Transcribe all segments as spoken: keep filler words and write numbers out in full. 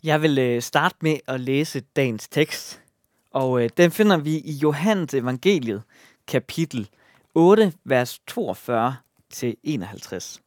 Jeg vil øh, starte med at læse dagens tekst, og øh, den finder vi i Johannes evangeliet, kapitel otte, vers toogfyrre til enoghalvtreds.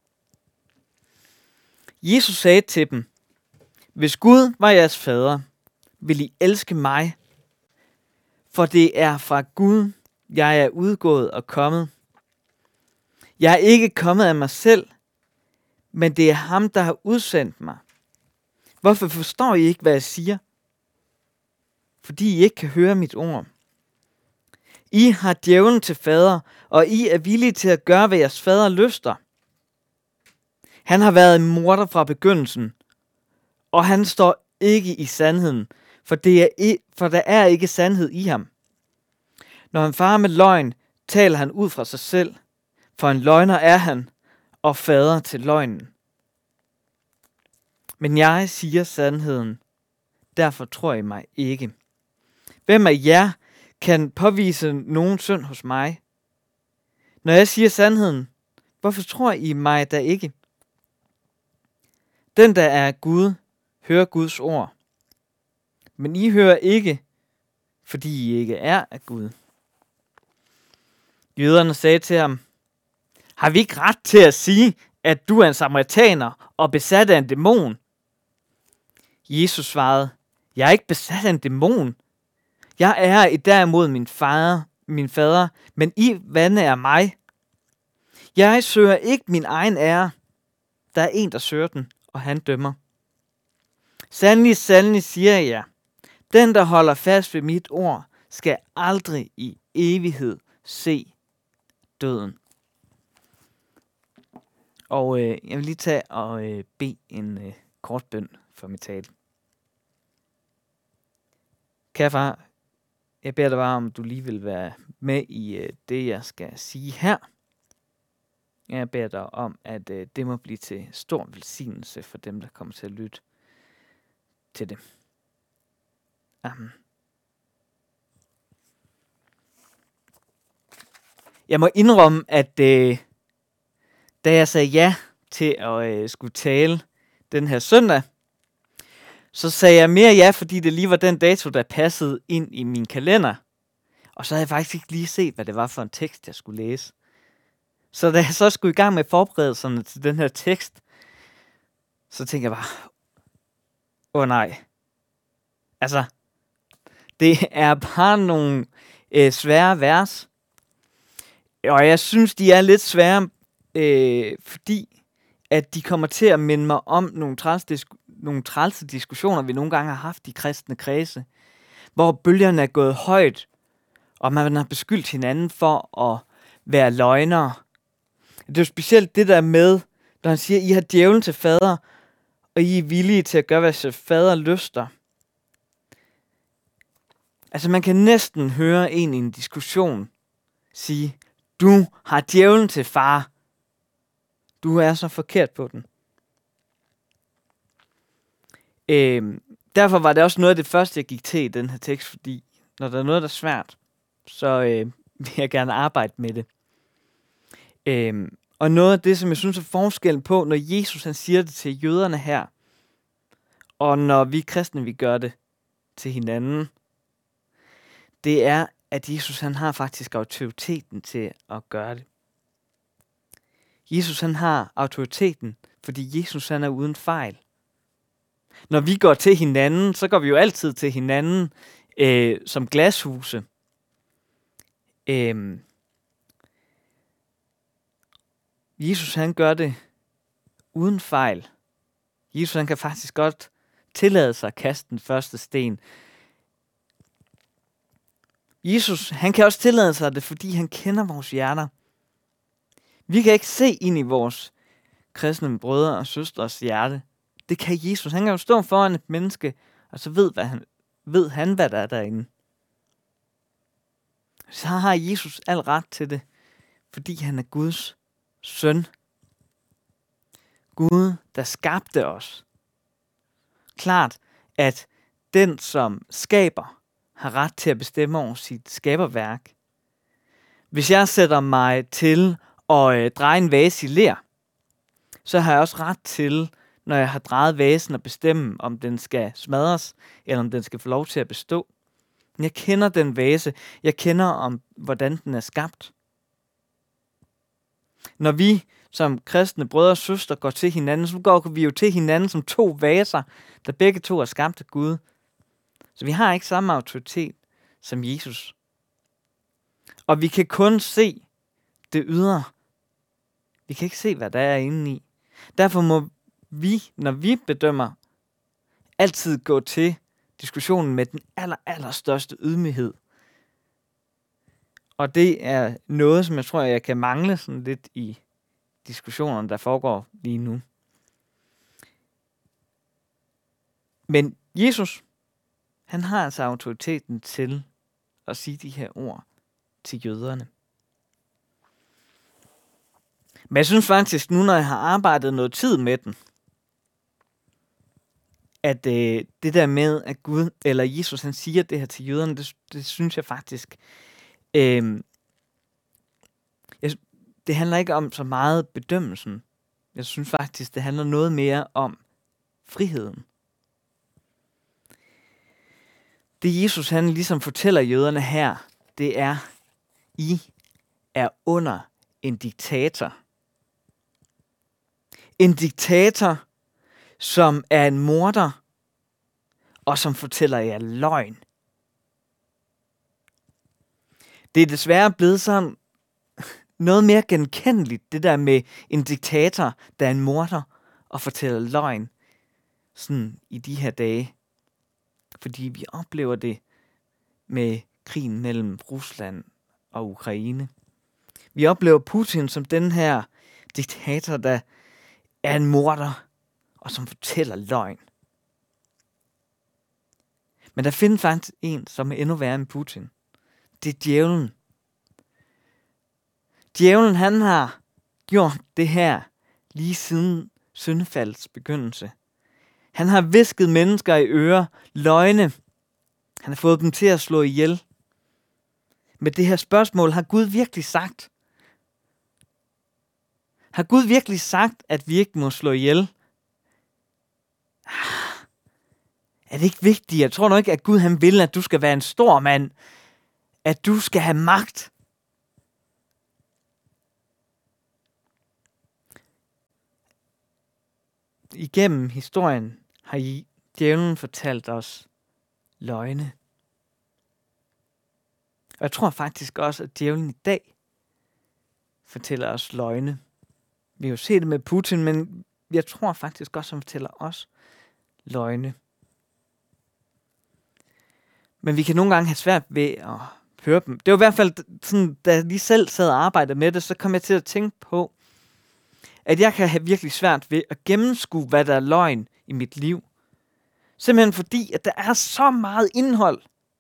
Jesus sagde til dem: Hvis Gud var jeres fader, vil I elske mig, for det er fra Gud, jeg er udgået og kommet. Jeg er ikke kommet af mig selv, men det er ham, der har udsendt mig. Hvorfor forstår I ikke, hvad jeg siger? Fordi I ikke kan høre mit ord. I har djævlen til fader, og I er villige til at gøre, hvad jeres fader lyster. Han har været en morder fra begyndelsen, og han står ikke i sandheden, for, det er i, for der er ikke sandhed i ham. Når han farer med løgn, taler han ud fra sig selv, for en løgner er han, og fader til løgnen. Men jeg siger sandheden, derfor tror I mig ikke. Hvem af jer kan påvise nogen synd hos mig? Når jeg siger sandheden, hvorfor tror I mig da ikke? Den, der er Gud, hører Guds ord. Men I hører ikke, fordi I ikke er af Gud. Jøderne sagde til ham: Har vi ikke ret til at sige, at du er en samaritaner og besat af en dæmon? Jesus svarede: Jeg er ikke besat af en dæmon. Jeg er i derimod min fader, min fader, men I vandærer mig. Jeg søger ikke min egen ære. Der er en, der søger den, og han dømmer. Sandelig, sandelig siger jeg jer, den, der holder fast ved mit ord, skal aldrig i evighed se døden. Og øh, jeg vil lige tage og øh, bede en øh, kort bøn for mit tale. Kære far, jeg beder dig bare, om du lige vil være med i øh, det, jeg skal sige her. Jeg beder dig om, at øh, det må blive til stor velsignelse for dem, der kommer til at lytte til det. Amen. Jeg må indrømme, at øh, da jeg sagde ja til at øh, skulle tale den her søndag, så sagde jeg mere ja, fordi det lige var den dato, der passede ind i min kalender. Og så havde jeg faktisk ikke lige set, hvad det var for en tekst, jeg skulle læse. Så da jeg så skulle i gang med forberedelserne til den her tekst, så tænkte jeg bare, åh oh, nej. Altså, det er bare nogle øh, svære vers. Og jeg synes, de er lidt svære, øh, fordi at de kommer til at minde mig om nogle trælse, nogle trælse diskussioner, vi nogle gange har haft i kristne kredse, hvor bølgerne er gået højt, og man har beskyldt hinanden for at være løgnere. Det er jo specielt det der med, når han siger, I har djævlen til fader, og I er villige til at gøre, hvad fader lyster. Altså man kan næsten høre en i en diskussion sige, du har djævlen til far. Du er så forkert på den. Øhm, derfor var det også noget af det første, jeg gik til i den her tekst, fordi når der er noget, der er svært, så øh, vil jeg gerne arbejde med det. Øhm, og noget af det, som jeg synes er forskellen på, når Jesus han siger det til jøderne her, og når vi kristne vi gør det til hinanden, det er, at Jesus han har faktisk autoriteten til at gøre det. Jesus han har autoriteten, fordi Jesus han er uden fejl. Når vi går til hinanden, så går vi jo altid til hinanden øh, som glashuse. Øh, Jesus han gør det uden fejl. Jesus han kan faktisk godt tillade sig at kaste den første sten. Jesus han kan også tillade sig det, fordi han kender vores hjerter. Vi kan ikke se ind i vores kristne brødre og søstres hjerte. Det kan Jesus. Han kan jo stå foran et menneske, og så ved, hvad han, ved han, hvad der er derinde. Så har Jesus al ret til det, fordi han er Guds søn. Gud, der skabte os. Klart, at den, som skaber, har ret til at bestemme over sit skaberværk. Hvis jeg sætter mig til at øh, dreje en vase i ler, så har jeg også ret til, når jeg har drejet vasen og bestemme, om den skal smadres, eller om den skal få lov til at bestå. Jeg kender den vase. Jeg kender om, hvordan den er skabt. Når vi som kristne brødre og søstre går til hinanden, så går vi jo til hinanden som to vaser, der begge to er skabt af Gud. Så vi har ikke samme autoritet som Jesus. Og vi kan kun se det ydre. Vi kan ikke se, hvad der er inde i. Derfor må vi, når vi bedømmer, altid gå til diskussionen med den aller, aller største ydmyghed. Og det er noget, som jeg tror, jeg kan mangle sådan lidt i diskussionerne, der foregår lige nu. Men Jesus, han har altså autoriteten til at sige de her ord til jøderne. Men jeg synes faktisk, nu når jeg har arbejdet noget tid med den, at øh, det der med, at Gud eller Jesus, han siger det her til jøderne, det, det synes jeg faktisk, øh, jeg, det handler ikke om så meget bedømmelsen. Jeg synes faktisk, det handler noget mere om friheden. Det Jesus, han ligesom fortæller jøderne her, det er, I er under en diktator. En diktator, som er en morder, og som fortæller jer løgn. Det er desværre blevet sådan noget mere genkendeligt, det der med en diktator, der er en morder, og fortæller løgn, sådan i de her dage. Fordi vi oplever det med krigen mellem Rusland og Ukraine. Vi oplever Putin som den her diktator, der er en morder, og som fortæller løgn. Men der findes faktisk en, som er endnu værre end Putin. Det er djævlen. Djævlen, han har gjort det her lige siden syndefaldets begyndelse. Han har hvisket mennesker i ører, løgne. Han har fået dem til at slå ihjel. Med det her spørgsmål, har Gud virkelig sagt? Har Gud virkelig sagt, at vi ikke må slå ihjel? Er det ikke vigtigt? Jeg tror nok ikke, at Gud han vil, at du skal være en stor mand. At du skal have magt. Igennem historien har I, djævlen fortalt os løgne. Og jeg tror faktisk også, at djævlen i dag fortæller os løgne. Vi har jo set det med Putin, men jeg tror faktisk også, at han fortæller os løgne. Men vi kan nogle gange have svært ved at høre dem. Det var i hvert fald sådan, da jeg lige selv sad og arbejdede med det, så kom jeg til at tænke på, at jeg kan have virkelig svært ved at gennemskue, hvad der er løgn i mit liv. Simpelthen fordi, at der er så meget indhold.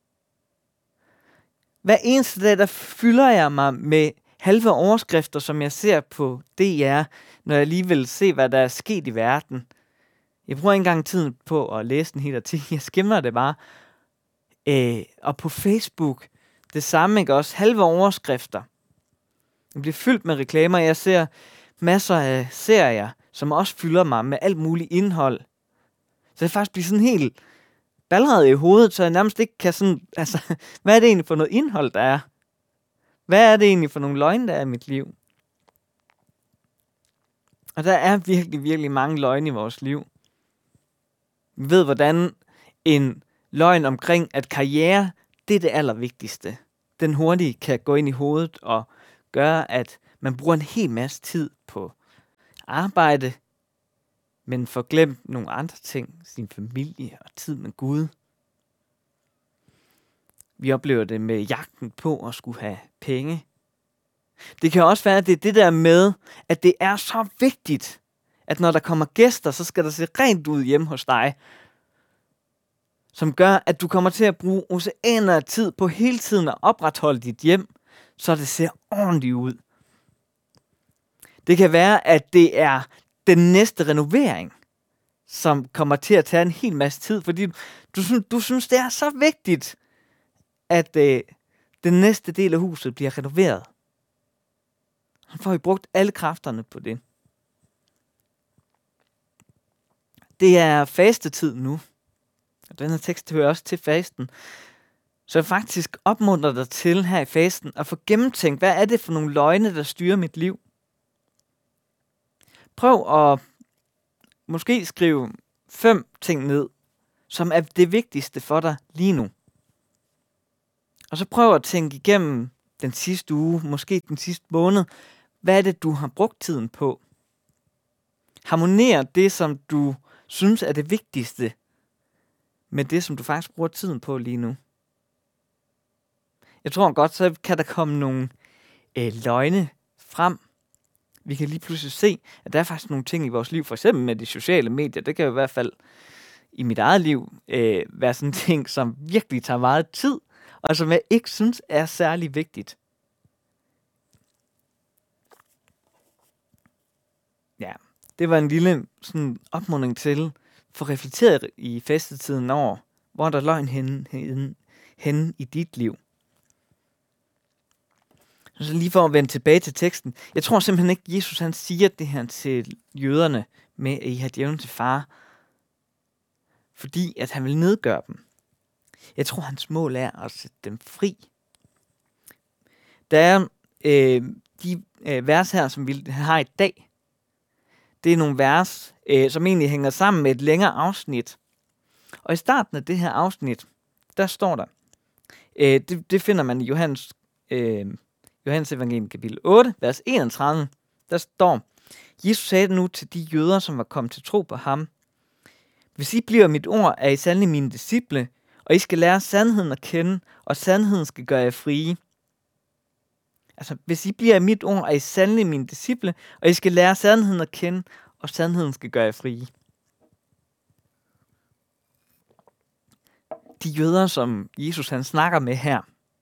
Hver eneste dag, der fylder jeg mig med halve overskrifter, som jeg ser på D R, når jeg lige vil se, hvad der er sket i verden. Jeg bruger ikke engang tiden på at læse en hel artikel. Jeg skimmer det bare. Øh, og på Facebook, det samme, ikke også? Halve overskrifter. Jeg bliver fyldt med reklamer. Jeg ser masser af serier, som også fylder mig med alt muligt indhold. Så jeg faktisk bliver sådan helt balleret i hovedet, så jeg nærmest ikke kan sådan, altså, hvad er det egentlig for noget indhold, der er? Hvad er det egentlig for nogle løgne, der er i mit liv? Og der er virkelig, virkelig mange løgne i vores liv. Vi ved, hvordan en løgn omkring, at karriere, det er det allervigtigste. Den hurtigt kan gå ind i hovedet og gøre, at man bruger en hel masse tid på arbejde, men får glemt nogle andre ting, sin familie og tid med Gud. Vi oplever det med jagten på at skulle have penge. Det kan også være, at det er det der med, at det er så vigtigt, at når der kommer gæster, så skal der se rent ud hjemme hos dig, som gør, at du kommer til at bruge oceaner af tid på hele tiden at opretholde dit hjem, så det ser ordentligt ud. Det kan være, at det er den næste renovering, som kommer til at tage en hel masse tid, fordi du, du synes, det er så vigtigt, at øh, den næste del af huset bliver renoveret. Så får vi brugt alle kræfterne på det. det er fastetid nu, og den her tekst hører også til fasten, så jeg faktisk opmuntrer dig til her i fasten at få gennemtænkt, hvad er det for nogle løgne, der styrer mit liv. Prøv at måske skrive fem ting ned, som er det vigtigste for dig lige nu. Og så prøv at tænke igennem den sidste uge, måske den sidste måned. Hvad er det, du har brugt tiden på? Harmonerer det, som du synes er det vigtigste, med det, som du faktisk bruger tiden på lige nu? Jeg tror godt, så kan der komme nogle øh, løgne frem. Vi kan lige pludselig se, at der er faktisk nogle ting i vores liv, for eksempel med de sociale medier. Det kan jo i hvert fald i mit eget liv øh, være sådan en ting, som virkelig tager meget tid, og som jeg ikke synes er særlig vigtigt. Ja, det var en lille sådan opmuntring til for reflekteret i festetiden over, hvor er der løgn henne, henne, henne i dit liv. Så lige for at vende tilbage til teksten. Jeg tror simpelthen ikke, Jesus han siger det her til jøderne med, at I har djævlen til far, fordi at han vil nedgøre dem. Jeg tror, hans mål er at sætte dem fri. Der er øh, de øh, vers her, som vi har i dag. Det er nogle vers, øh, som egentlig hænger sammen med et længere afsnit. Og i starten af det her afsnit, der står der, øh, det, det finder man i Johannes, øh, Johannes evangelium kapitel otte, vers enogtredive. Der står, Jesus sagde nu til de jøder, som var kommet til tro på ham, hvis I bliver mit ord, er I sandelig mine disciple, og I skal lære sandheden at kende, og sandheden skal gøre jer frie. Altså, hvis I bliver mit ord, er I sandelig mine disciple, og I skal lære sandheden at kende, og sandheden skal gøre jer frie. De jøder, som Jesus han snakker med her,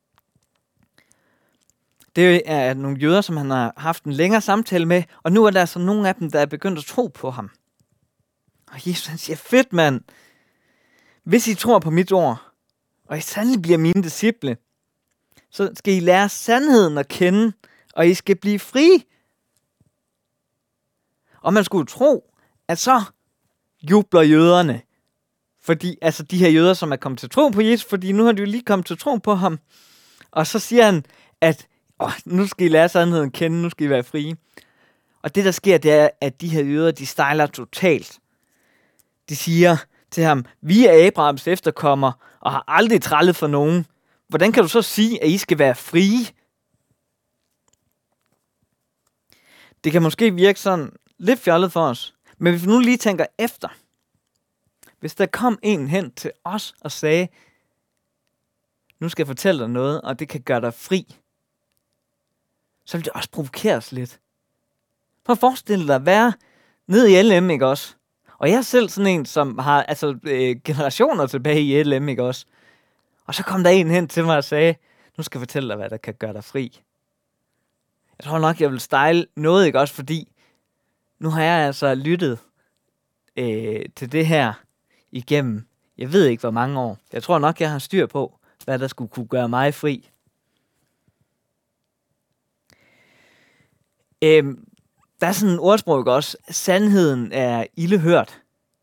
det er nogle jøder, som han har haft en længere samtale med, og nu er der altså nogle af dem, der er begyndt at tro på ham. Og Jesus han siger, fedt mand, hvis I tror på mit ord, og I sandelig bliver mine disciple, så skal I lære sandheden at kende, og I skal blive fri. Og man skulle tro, at så jubler jøderne. Fordi, altså de her jøder, som er kommet til tro på Jesus, fordi nu har de jo lige kommet til tro på ham. Og så siger han, at åh, nu skal I lære sandheden at kende, nu skal I være frie. Og det der sker, det er, at de her jøder, de stejler totalt. De siger til ham, vi er Abrahams efterkommere, og har aldrig trællet for nogen. Hvordan kan du så sige, at I skal være frie? Det kan måske virke sådan lidt fjollet for os. Men hvis vi nu lige tænker efter. Hvis der kom en hen til os og sagde, nu skal jeg fortælle dig noget, og det kan gøre dig fri. Så vil det også provokere os lidt. Prøv at forestille dig at være nede i L M, ikke også? Og jeg er selv sådan en, som har altså, øh, generationer tilbage i L M, ikke også? Og så kom der en hen til mig og sagde, nu skal jeg fortælle dig, hvad der kan gøre dig fri. Jeg tror nok, jeg vil style noget, ikke også? Fordi nu har jeg altså lyttet øh, til det her igennem, jeg ved ikke hvor mange år. Jeg tror nok, jeg har styr på, hvad der skulle kunne gøre mig fri. Øh, der er sådan en ordsprog, ikke også? Sandheden er ildehørt.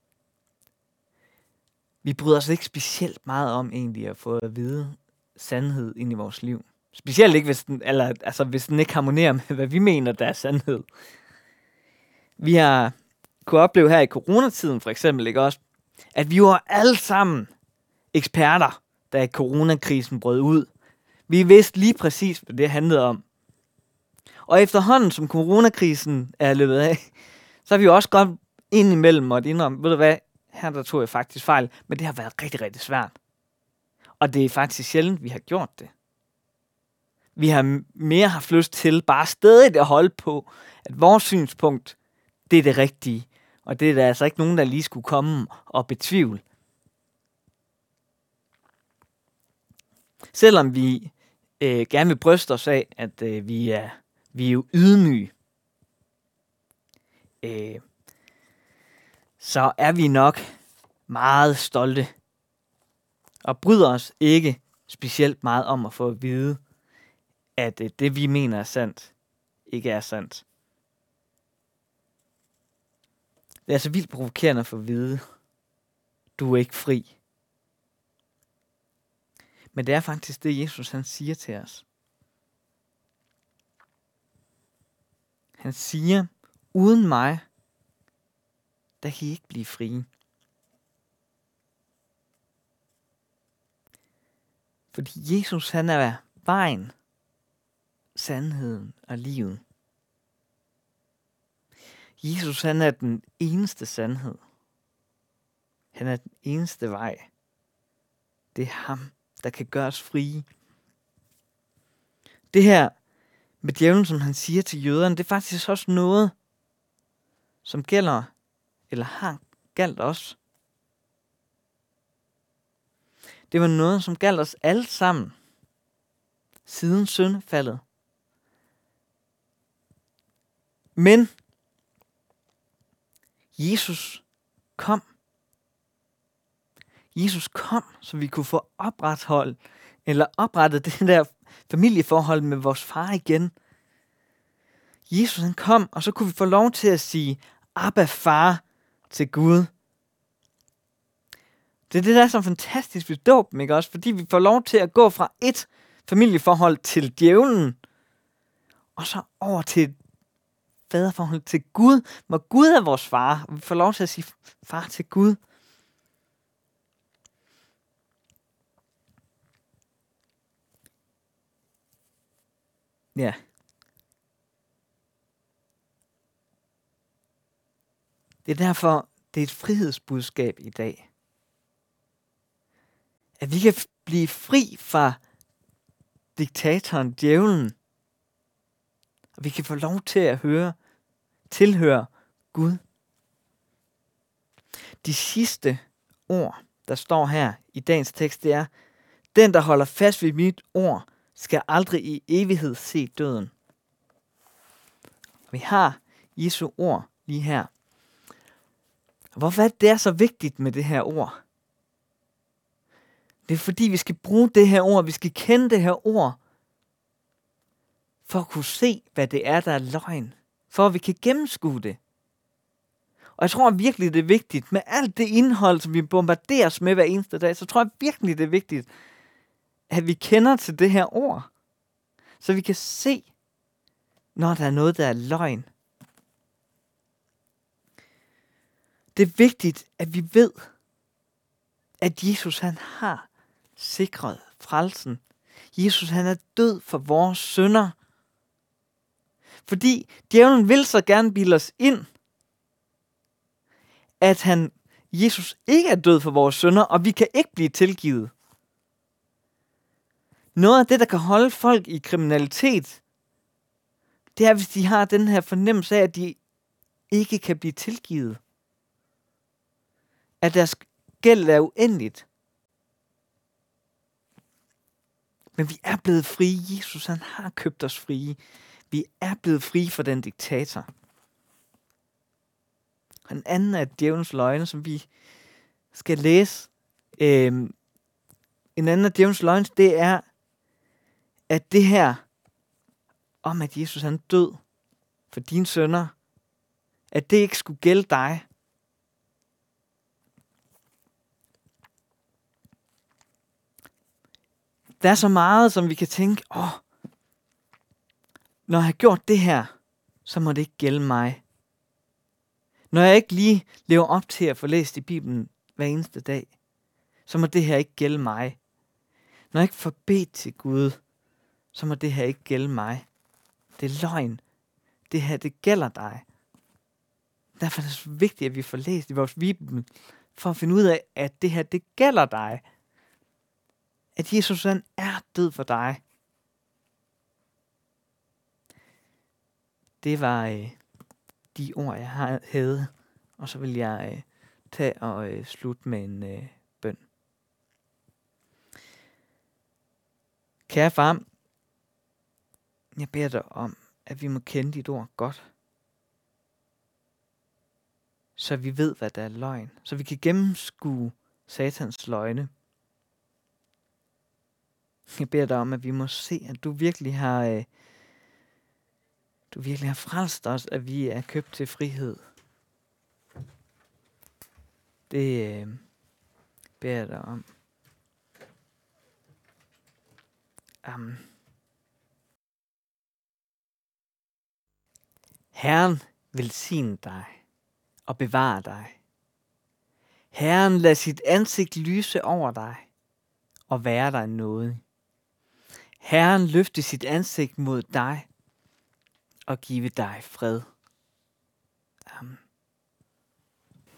Vi bryder os ikke specielt meget om egentlig at få at vide sandhed ind i vores liv. Specielt ikke, hvis den, eller, altså, hvis den ikke harmonerer med, hvad vi mener, der er sandhed. Vi har kunne opleve her i coronatiden for eksempel, ikke også, at vi var alle sammen eksperter, da coronakrisen brød ud. Vi vidste lige præcis, hvad det handlede om. Og efterhånden, som coronakrisen er løbet af, så har vi jo også godt indimellem måtte indrømme, ved du hvad, her der tog jeg faktisk fejl, men det har været rigtig, rigtig svært. Og det er faktisk sjældent, vi har gjort det. Vi har mere haft lyst til bare stadig at holde på, at vores synspunkt, det er det rigtige. Og det er der altså ikke nogen, der lige skulle komme og betvivle. Selvom vi øh, gerne vil bryste os af, at øh, vi, er, vi er jo ydmyge, øh, så er vi nok meget stolte og bryder os ikke specielt meget om at få at vide, at øh, det vi mener er sandt, ikke er sandt. Det er altså vildt provokerende at få at vide, du er ikke fri. Men det er faktisk det, Jesus han siger til os. Han siger, uden mig, der kan I ikke blive frie. Fordi Jesus han er vejen, sandheden og livet. Jesus han er den eneste sandhed. Han er den eneste vej. Det er ham, der kan gøre os frie. Det her med djævlen, som han siger til jøderne, det er faktisk også noget, som gælder, eller har galt os. Det var noget, som galt os alle sammen, siden syndefaldet. Men Jesus kom. Jesus kom, så vi kunne få opretholdt, eller oprettet det der familieforhold med vores far igen. Jesus han kom, og så kunne vi få lov til at sige, Abba far til Gud. Det er det, der er så fantastisk ved dåben, ikke også? Fordi vi får lov til at gå fra et familieforhold til djævlen, og så over til et faderforhold til Gud, hvor Gud er vores far. Vi får lov til at sige far til Gud. Ja. Det er derfor, det er et frihedsbudskab i dag. At vi kan blive fri fra diktatoren, djævlen. Og vi kan få lov til at høre, tilhøre Gud. De sidste ord, der står her i dagens tekst, det er, den, der holder fast ved mit ord, skal aldrig i evighed se døden. Vi har Jesu ord lige her. Hvorfor er det er så vigtigt med det her ord? Det er fordi, vi skal bruge det her ord, vi skal kende det her ord, for at kunne se, hvad det er, der er løgn. For at vi kan gennemskue det. Og jeg tror virkelig, det er vigtigt, med alt det indhold, som vi bombarderes med hver eneste dag, så tror jeg virkelig, det er vigtigt, at vi kender til det her ord. Så vi kan se, når der er noget, der er løgn. Det er vigtigt, at vi ved, at Jesus han har sikret frelsen. Jesus han er død for vores synder. Fordi djævlen vil så gerne bilde os ind, at han, Jesus ikke er død for vores synder, og vi kan ikke blive tilgivet. Noget af det, der kan holde folk i kriminalitet, det er, hvis de har den her fornemmelse af, at de ikke kan blive tilgivet. At deres gæld er uendeligt. Men vi er blevet frie. Jesus han har købt os frie. Vi er blevet frie for den diktator. En anden af djævelens løgne, som vi skal læse. Øh, en anden af djævelens løgne, det er, at det her om, at Jesus han død for dine synder, at det ikke skulle gælde dig. Der er så meget, som vi kan tænke, åh, oh, når jeg har gjort det her, så må det ikke gælde mig. Når jeg ikke lige lever op til at få læst i Bibelen hver eneste dag, så må det her ikke gælde mig. Når jeg ikke får bedt til Gud, så må det her ikke gælde mig. Det er løgn. Det her, det gælder dig. Derfor er det så vigtigt, at vi får læst i vores Bibel, for at finde ud af, at det her, det gælder dig. At Jesus han er død for dig. Det var øh, de ord, jeg havde. Og så vil jeg øh, tage og øh, slutte med en øh, bøn. Kære far, jeg beder dig om, at vi må kende dit ord godt. Så vi ved, hvad der er løgn. Så vi kan gennemskue satans løgne. Jeg beder dig om, at vi må se, at du virkelig har, øh, du virkelig har frelst os, at vi er købt til frihed. Det øh, beder jeg dig om. Amen. Herren velsigne dig og bevare dig. Herren lad sit ansigt lyse over dig og være dig nådig. Herren løfte sit ansigt mod dig og give dig fred. Amen.